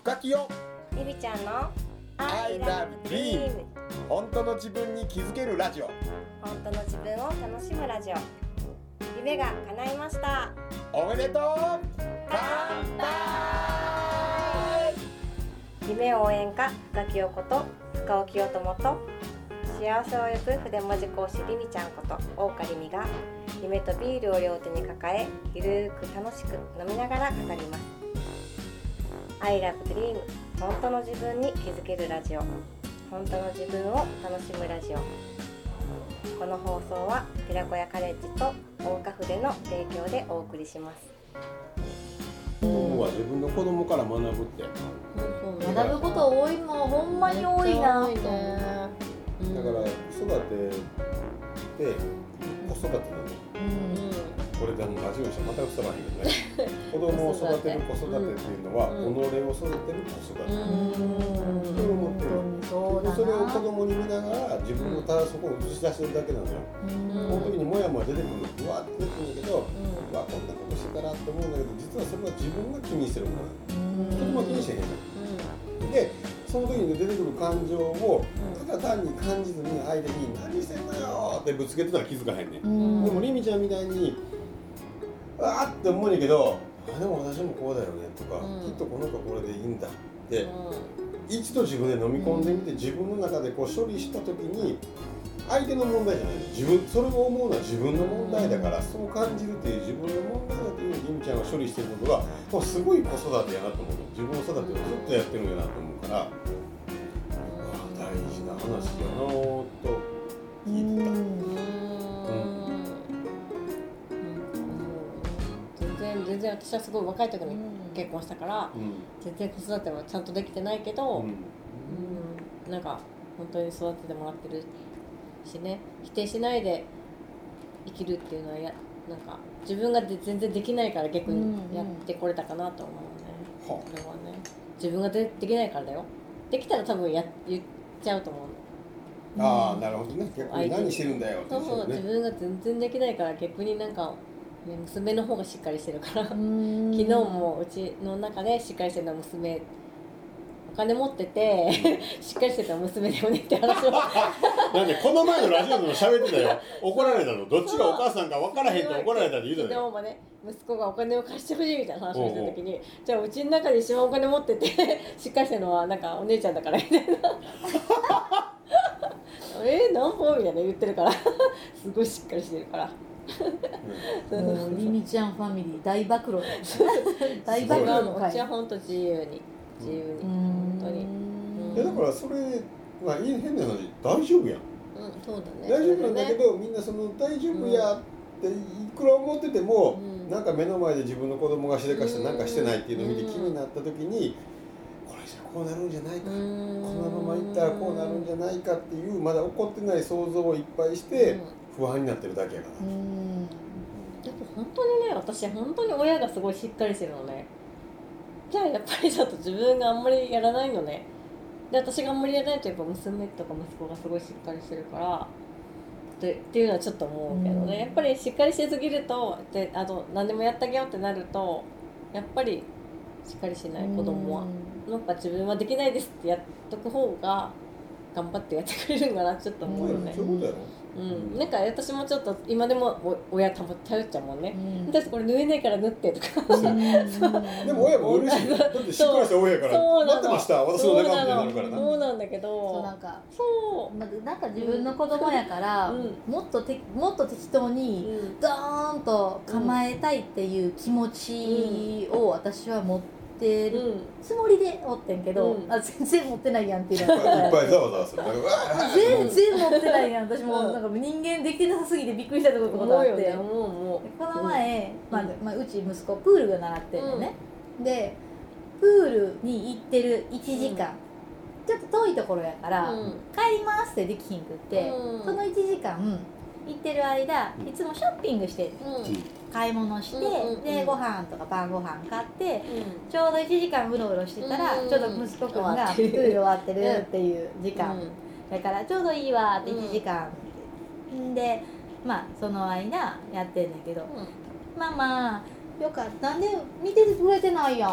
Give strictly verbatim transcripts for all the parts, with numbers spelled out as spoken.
深きよゆりちゃんの I love dream 本当の自分に気づけるラジオ。 本当の自分を楽しむラジオ。夢が叶いました。 おめでとう。乾杯。 夢応援歌深きよこと深尾清友と幸せを呼ぶ筆文字講師りみちゃんこと大岡りみが夢とビールを両手に抱えゆるく楽しく飲みながら語ります。 I love dream 本当の自分に気づけるラジオ。本当の自分を楽しむラジオ。この放送は寺子屋カレッジと大岡筆の提供でお送りします。 子供は自分の子供から学ぶって、 うん、学ぶこと多いもん、ほんまに多いな。 だから子育てで子育てなの、うんこれでもラジオにしてまた伝わらへんけどね子供を育てる子育てっていうのは、うん、己を育てる子育て、うん、そう思ってる。そうだな。それを子供に見ながら自分のただそこを映し出してるだけなのよ、うん、この時にもやもや出てくるうわって出てくるんだけど、うん、うわこんなことしてたらって思うんだけど、実はそれは自分が気にしてるものなの、うん、子供は気にしてへんの、うん、でその時に出てくる感情をただ単に感じずに相手に何してんのよってぶつけてたら気づかへんねん、うん、でもりみちゃんみたいにあーって思うんやけど、あでも私もこうだよねとか、うん、きっとこの子これでいいんだって、うん、一度自分で飲み込んでみて、うん、自分の中でこう処理した時に相手の問題じゃないの、自分それを思うのは自分の問題だから、うん、そう感じるっていう自分の問題だというりみちゃんが処理してることがもうすごい子育てやなと思うの。自分の育てをずっとやってるんやなと思うから、うん、大事な話やなと聞いてた、うん全然私はすごい若い時に結婚したから、うん、全然子育てはちゃんとできてないけど、うんうん、なんか本当に育ててもらってるしね、否定しないで生きるっていうのはやなんか自分がで全然できないから逆にやってこれたかなと思うね、うんうん、これはね自分が で, できないからだよ。できたら多分や言っちゃうと思う。 ああ、うん、なるほどね。逆に何してるんだよって、ね、 そうそう、自分が全然できないから逆になんかね、娘の方がしっかりしてるから昨日もうちの中でしっかりしてるのは娘、お金持っててしっかりしてた娘だよねって話をなんでこの前のラジオでも喋ってたよ。怒られたのどっちがお母さんか分からへんと怒られたって言うたのよ。 昨日もね、息子がお金を貸してほしいみたいな話をした時に、おうおうじゃあうちの中で一番お金持っててしっかりしてるのはなんかお姉ちゃんだからみたいなえー、何本みたいな言ってるからすごいしっかりしてるからもうりみちゃんファミリー大暴露大暴露の回。うちは本当自由に自由に本当に。 いやだからそれまあ変な話大丈夫やん。 うん、そうだね。 大丈夫なんだけど、ね、みんなその大丈夫やっていくら思ってても、うん、なんか目の前で自分の子供がしでかしてなんかしてないっていうのを見て気になった時に、これじゃこうなるんじゃないか、このままいったらこうなるんじゃないかっていうまだ起こってない想像をいっぱいして。不安になってるだけやから。うん。 でも本当にね、私本当に親がすごいしっかりしてるのね。じゃあやっぱりちょっと自分があんまりやらないのね。で私があんまりやらないとやっぱ娘とか息子がすごいしっかりしてるからってっていうのはちょっと思うけどね。やっぱりしっかりしすぎるとであと何でもやってあげようってなるとやっぱりしっかりしない子供はなんか自分はできないですってやっとく方が頑張ってやってくれるんかなちょっと思うよね。 そういうことやろ。 うん、なんか私もちょっと今でも親頼っちゃうもんね、うん、私これ縫えないから縫ってとか、うん、 でも親も嬉しい。だってしっかりした親やから待ってました私の出番ってなるからな。 そうなんだけどそうなんかそうなんか自分の子供やから、うん、もっとてもっと適当にドーンと構えたいっていう気持ちを私は持っててるつもりでおってんけど、うん、あ全然持ってないやんっていうのがいっぱいざわざわする全然持ってないやん私もなんか人間できてなさすぎてびっくりしたことがあって、ね、この前、うんまあまあ、うち息子プールが習ってるのね、うん、でプールに行ってるいちじかん、うん、ちょっと遠いところやから、うん、帰りますってできひんくって、うん、そのいちじかん行ってる間いつもショッピングしてる、うん買い物して、うんうんうん、でご飯とか晩ご飯買って、うん、ちょうどいちじかんうろうろしてたら、うんうん、ちょうど息子くんがプール終わってるっていう時間、うん、だからちょうどいいわっていちじかん、うん、でまあその間やってんだけど、うん、ママよかったなんで見ててくれてないやんっ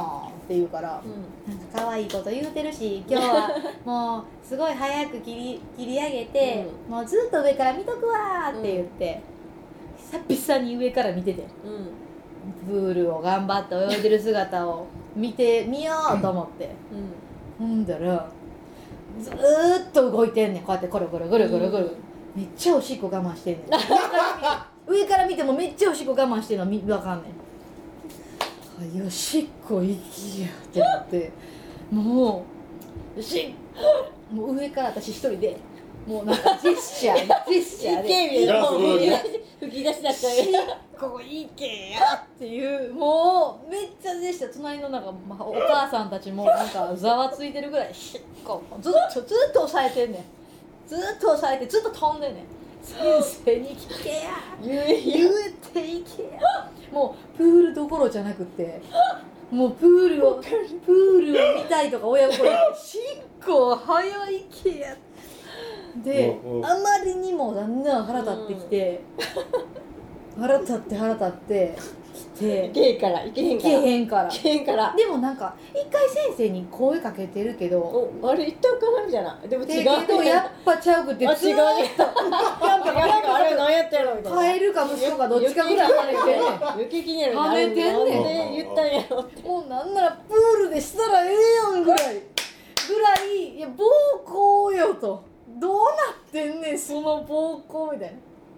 って言うから、なんか可愛いこと言うてるし、今日はもうすごい早く切り切り上げて、うん、もうずっと上から見とくわって言って、うん、久々に上から見てて、うん、プールを頑張って泳いでる姿を見てみようと思って、うん、ほんだらずーっと動いてんねん、こうやってコロコロゴロゴロゴロ、うん、めっちゃおしっこ我慢してんねん上から見てもめっちゃおしっこ我慢してんの分かんねん。よしっこいきやってなってもうしもう上から私一人でもうなんかジェスチャージェスチャーで吹き出しだったしっこいけやっていうもうめっちゃジェスチャー、隣のなんか、まあ、お母さんたちもなんかざわついてるぐらいしっこずっとずっと押さえてんねん、ずっと押さえてずっと飛んでんねん。先生に聞けや言え言えていけやもうプールどころじゃなくてもうプールをプールを見たいとか親心しっこ早いけやで、あまりにもだんだん腹立ってきて、うん、腹立って腹立ってきていけへんからいけへんからいけへんからいけへんからでもなんか一回先生に声かけてるけどおあれ言ったかなみたいなでも違うけどやっぱちゃうくてあ違うねあれ何やってんのみたいなカエルか息子かどっちかぐらい跳ねてんねん余計気になる跳ねてんねんなんで言ったんやろってもうなんならプールでしたらええやんぐらいぐらいいや暴行よとどうなってんねんその暴行みたいな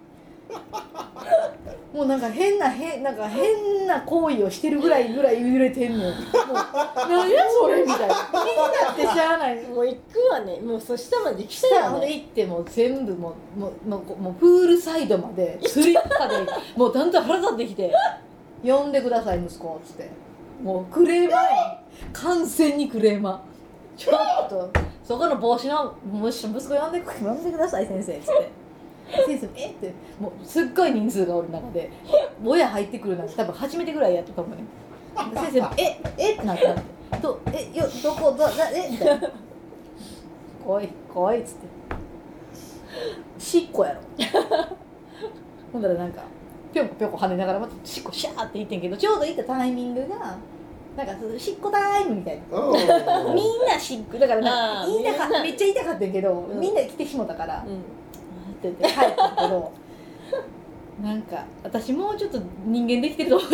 もうなんか変な変なんか変な行為をしてるぐらいぐらい揺れてんのよもう何やそれみたいな気になってしゃあないもう行くわねもうそ下まで行きたいよね行ってもう全部もうもうもうもうプールサイドまでスリッパでもうだんだん腹立ってきて呼んでください息子っつってもうクレーマーや完全にクレーマーちょっとそこの帽子の息子呼んで呼んでください先生っつって先生えってもうすっごい人数がおる中で親入ってくるなんて多分初めてぐらいやったと思うね先生ええってなったってどえよどこどだえみたいな来い来いっつってしっこやろほんだらなんかぴょこぴょこ跳ねながらまたしっこシャーって言ってんけどちょうど行ったタイミングがなんかしっこタイムみたいなみんなしっこだからなんか言いたかめっちゃ言いたかったんやけど、うん、みんな来てしもたから、うんって言って帰ったけどなんか私もうちょっと人間できてると思う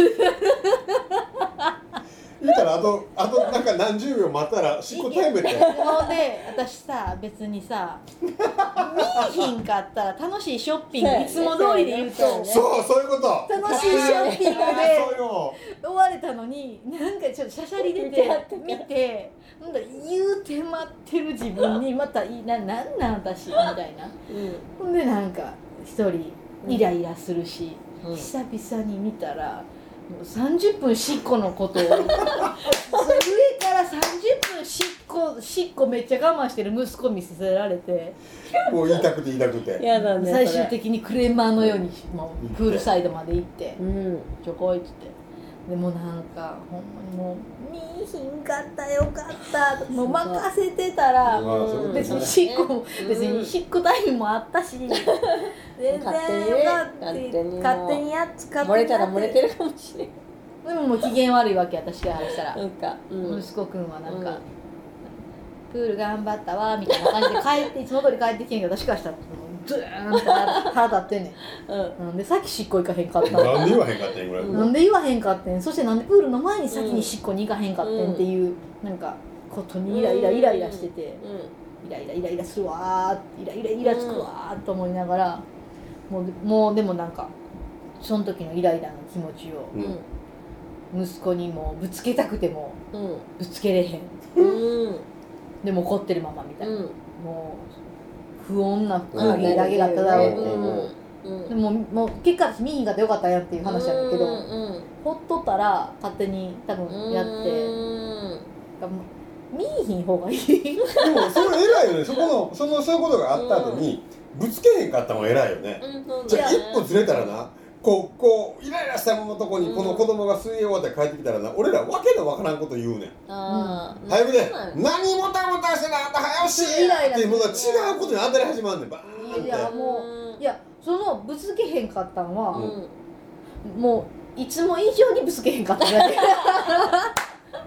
言ったらあとあとなんか何十秒待ったらしっこタイムってほんで私さ別にさ見いひんかったら楽しいショッピングいつも通りで言うとそうそういうこと楽しいショッピングで終われたのになんかちょっとしゃしゃり出て見てなんだ言うて待ってる自分にまたいななんなん私みたいな、ほ、うんでなんか一人イライラするし、うん、久々に見たらもうさんじゅっぷんしっこのことを上からさんじゅっぷんしっこしっこめっちゃ我慢してる息子見せられてもう言いたくて言いたくてやだ、ね、 最終的にクレーマーのようにもうプールサイドまで行って「うん、ちょこい」っつってでもなんかほんまにもう「見いひんかったよかった」もう任せてたら別にしっこも別にしっこタイムもあったし全然よかった勝手にやっつかって漏れたら漏れてるかもしれないでももう機嫌悪いわけ私からしたらなんか、うん、 息子くんはなんか、うん、プール頑張ったわみたいな感じで帰っていつも通り帰ってきてんけど私からしたらズーンって腹立ってんねん、うん、なんでさっきしっこ行かへんかったなんで言わへんかったんぐらいなんで言わへんかってんそしてなんでプールの前に先にしっこに行かへんかってんっていう、うん、なんかことにイライライライラしてて、うん、イライライライラするわーイライライラつくわーと思いながらもう、もうでもなんかその時のイライラの気持ちを、うん、息子にもぶつけたくても、うん、ぶつけれへん、うん、でも怒ってるままみたいな、うん、もう不穏な空気だけがただろうって、うん、でももう結果私見ひんかったらよかったやんっていう話なんだけど、うん、ほっとったら勝手に多分やって、うん、見いひん方がいいでもそれ偉いよねそこのそのそういうことがあった後に、うん、ぶつけへんかったのが偉いよね、うん、じゃあ一歩ずれたらなこうこうイライラしたままのとこにこの子供が水泳終わって帰ってきたらな、うん、俺らわけのわからんこと言うねんあ、うん、早くで何もたもたしてなあんた早押しってもう違うことに当たり始まんねんバーンっていやもういやそのぶつけへんかったんは、うん、もういつも以上にぶつけへんかっただけ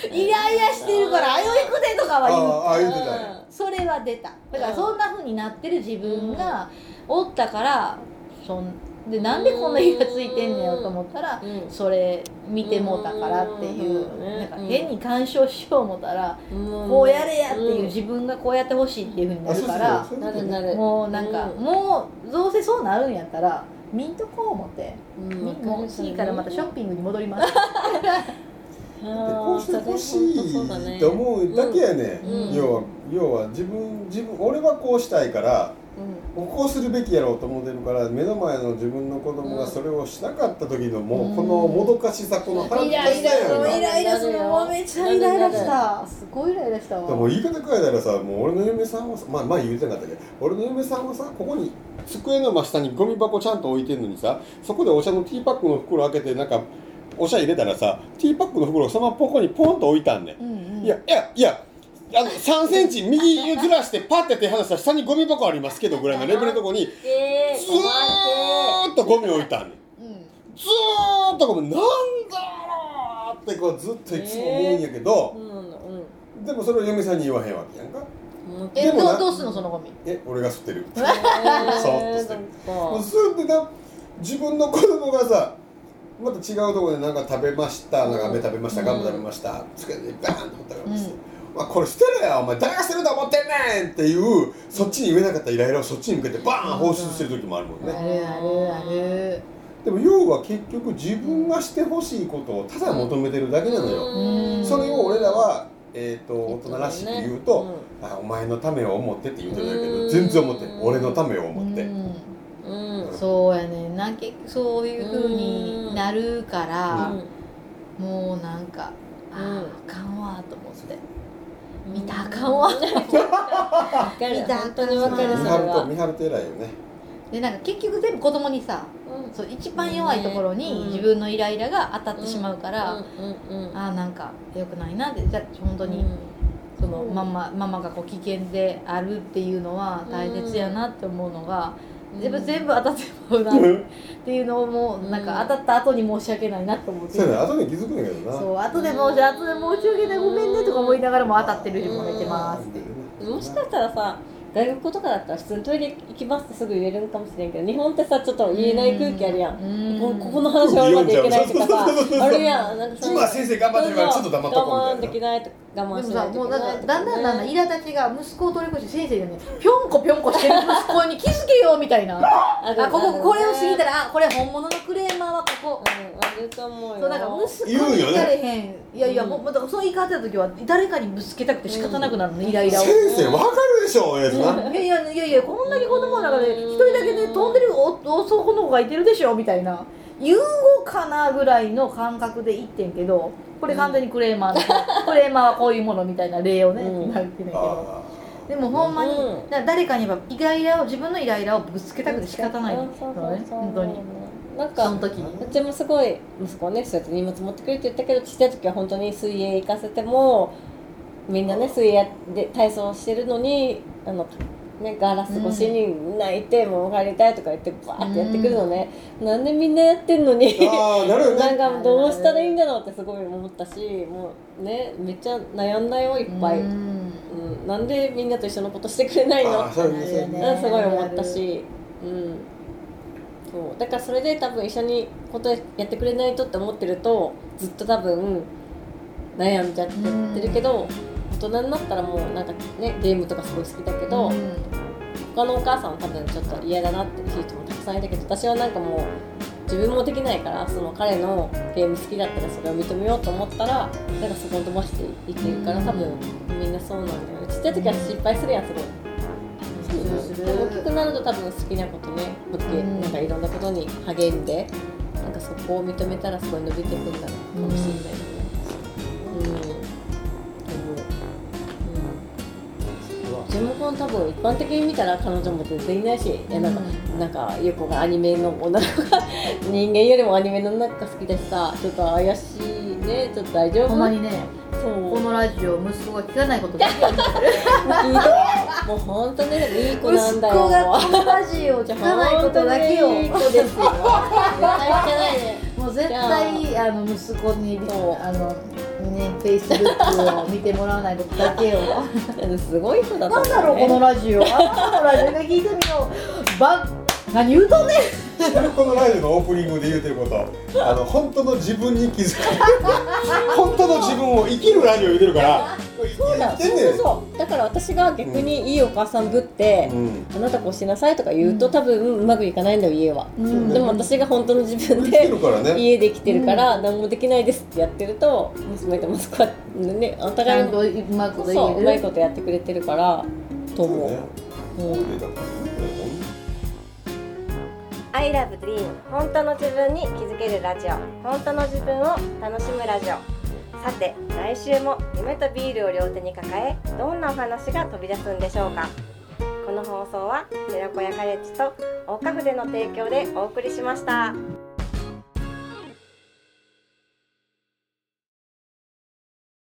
イライラしてるからあよいくでとかは言うああ言うてたね。 それは出た。だからそんな風になってる自分がおったからそんでなんでこんな火がついてんねやと思ったら、 うんそれ見てもうたからっていう、 うんなんか変に干渉しよう思ったら、こうやれやっていう自分がこうやってほしいっていう風になるから、 なるなるもうなんか、 うんもうどうせそうなるんやったら見んとこう思って、 うんみんもう次からまたショッピングに戻ります。 こうしてほしいと思うだけやね、 うん要は要は自分自分俺はこうしたいからこうするべきやろうと思ってるから、目の前の自分の子供がそれをしなかった時のもうこのもどかしさ、この腹イ立ライラするたしさやんか。 イライラするもうめっちゃイライラしたすごいイライラしたわ。 でも言い方変えたらさ、もう俺の嫁さんはさ、まあまあ言うてなかったけど、俺の嫁さんはさ、ここに机の真下にゴミ箱ちゃんと置いてるのにさ、そこでお茶のティーパックの袋開けてなんかお茶入れたらさ、ティーパックの袋をそのままここにポンと置いたんね、 うんうん、 いやいやいやあのさんセンチ右にずらしてパッて手離したら下にゴミ箱ありますけどぐらいのレベルのとこにずーっとゴミ置いたんね、 うん、 ずーっとゴミなんだろうってこうずっといつも思うんやけど、 うんうん、 でもそれを嫁さんに言わへんわけやんか。 えでもなどうどうすんのそのゴミ。 え俺が吸ってるえー、 そーっとしてるもうそうやってな自分の子供がさまた違うところでなんか食べましたなんか飴食べましたガム食べましたつけてバーンとほったらかして、まあ、これ捨てろよお前誰が捨てると思ってんねんっていうそっちに言えなかったイライラをそっちに向けてバーン放出してる時もあるもんね、 あるあるある。 でも要は結局自分がしてほしいことをただ求めてるだけなのよ、 うんそれを俺らはえー、と大人らしく言うと、あお前のためを思ってって言うてるんだけど全然思って俺のためを思って、 うんうんそうやねんな結局そういう風になるから、もうなんかあーあかんわと思って見たらあかんわわかる本当にわかるそれ見張るとは見張ると偉いよね。 でなんか結局全部子供にさそう一番弱いところに自分のイライラが当たってしまうから、 うんうんうんああなんか良くないなってじゃあ本当に、そのママママがこう危険であるっていうのは大切やなって思うのが、全部全部当たってもうなっていうのをもうなんか当たった後に申し訳ないなと思って、 そうやね後で気づくんやけどな。 そう後で申し後で申し訳ないごめんねとか思いながらも当たってる自分がいてますっていう。 もしかしたらさ外国とかだったら普通にトイレ行きますってすぐ言えるかもしれんけど、日本ってさちょっと言えない空気あるやん、 うんこここの話はまでいけないとかさあるやん、なんかさ今先生頑張ってるからちょっと黙っとこう我慢でみたいな。 きないと我慢でもしないとさもうなんいけないとかだんだんだんだん苛立ちが息子を取り越して先生がねぴょんこぴょんこしてる息子に気づけよみたいなあこここれを過ぎたらあこれ本物のクレーマーはここうんあると思うよ。 そうなんか息子に聞かれへん、いやいや、 うんもうまたそう言い方た時は誰かにぶつけたくて仕方なくなるの、イライラを。 先生わかるでしょやつな。 いやいやいやいやこんだけ子供の中で一人だけね飛んでる男の子がいてるでしょみたいな言うごかなぐらいの感覚で言ってんけど、これ完全にクレーマーの、クレーマーはこういうものみたいな例をね、 うんなってんねんけど。 あでもほんまに、 うんだから誰かに言えばイライラを自分のイライラをぶつけたくて仕方ないのねそうそうそうそう本当になんかその時にうちもすごい息子ねそうやって荷物持ってくれって言ったけど、ちっちゃい時は本当に水泳行かせてもみんなね水泳で体操してるのにあのね、ガラス越しに泣いて、うん、もう帰りたいとか言ってバーってやってくるのね、うん、なんでみんなやってんのにあーなるよねなんかどうしたらいいんだろうってすごい思ったし、もうねめっちゃ悩んだよいっぱい、うんうん、なんでみんなと一緒のことしてくれないのってそうですよねすごい思ったし、うん、そうだからそれで多分一緒にことやってくれないとって思ってるとずっと多分悩んじゃってるけど、大人になったらもうなんかねゲームとかすごい好きだけど、うん、他のお母さんは多分ちょっと嫌だなっていう人もたくさんいたけど、私はなんかもう自分もできないから、その彼のゲーム好きだったらそれを認めようと思ったらなんかそこを飛ばしていけるから、多分みんなそうなんだよね。ちっちゃい時は失敗するやんすごい。大きくなると多分好きなことね、なんかいろんなことに励んで、なんかそこを認めたらすごい伸びていくんだろうかもしれないよね。うん自分も多分一般的に見たら彼女も全然いないし、いやなんか、うん、なんかゆこがアニメの女の子が人間よりもアニメの女の子が好きだしさ、ちょっと怪しいね、ちょっと大丈夫？ ほんまにね、 そうこのラジオ息子が聞かないことだけは聞いてるもう本当ねいい子なんだよ。 息子がこのラジオを聞かないことだけをいい子ですよ。絶対聞かないで。 もう絶対あの息子にあのね、フェイスブックを見てもらわないことだけよすごい人だったなんだろうこのラジオ、あなたのラジオで聞いてみよう。ば何言うとんねん。 このラジオのオープニングで言うてること、あの本当の自分に気づく本当の自分を生きるラジオ言うてるからそうだ、そうそうそうだから私が逆にいいお母さんぶって、うん、あなたこうしなさいとか言うと、うん、多分うまくいかないんだよ家は、うん、でも私が本当の自分で、ね、家できてるから、うん、何もできないですってやってると娘と息子はね、お互いにうまいこと言える、うまいことやってくれてるからと思う、うん、 I love dream 本当の自分に気づけるラジオ、本当の自分を楽しむラジオ。さて来週も夢とビールを両手に抱え、どんなお話が飛び出すんでしょうか。この放送は寺子屋カレッジと大花筆の提供でお送りしました。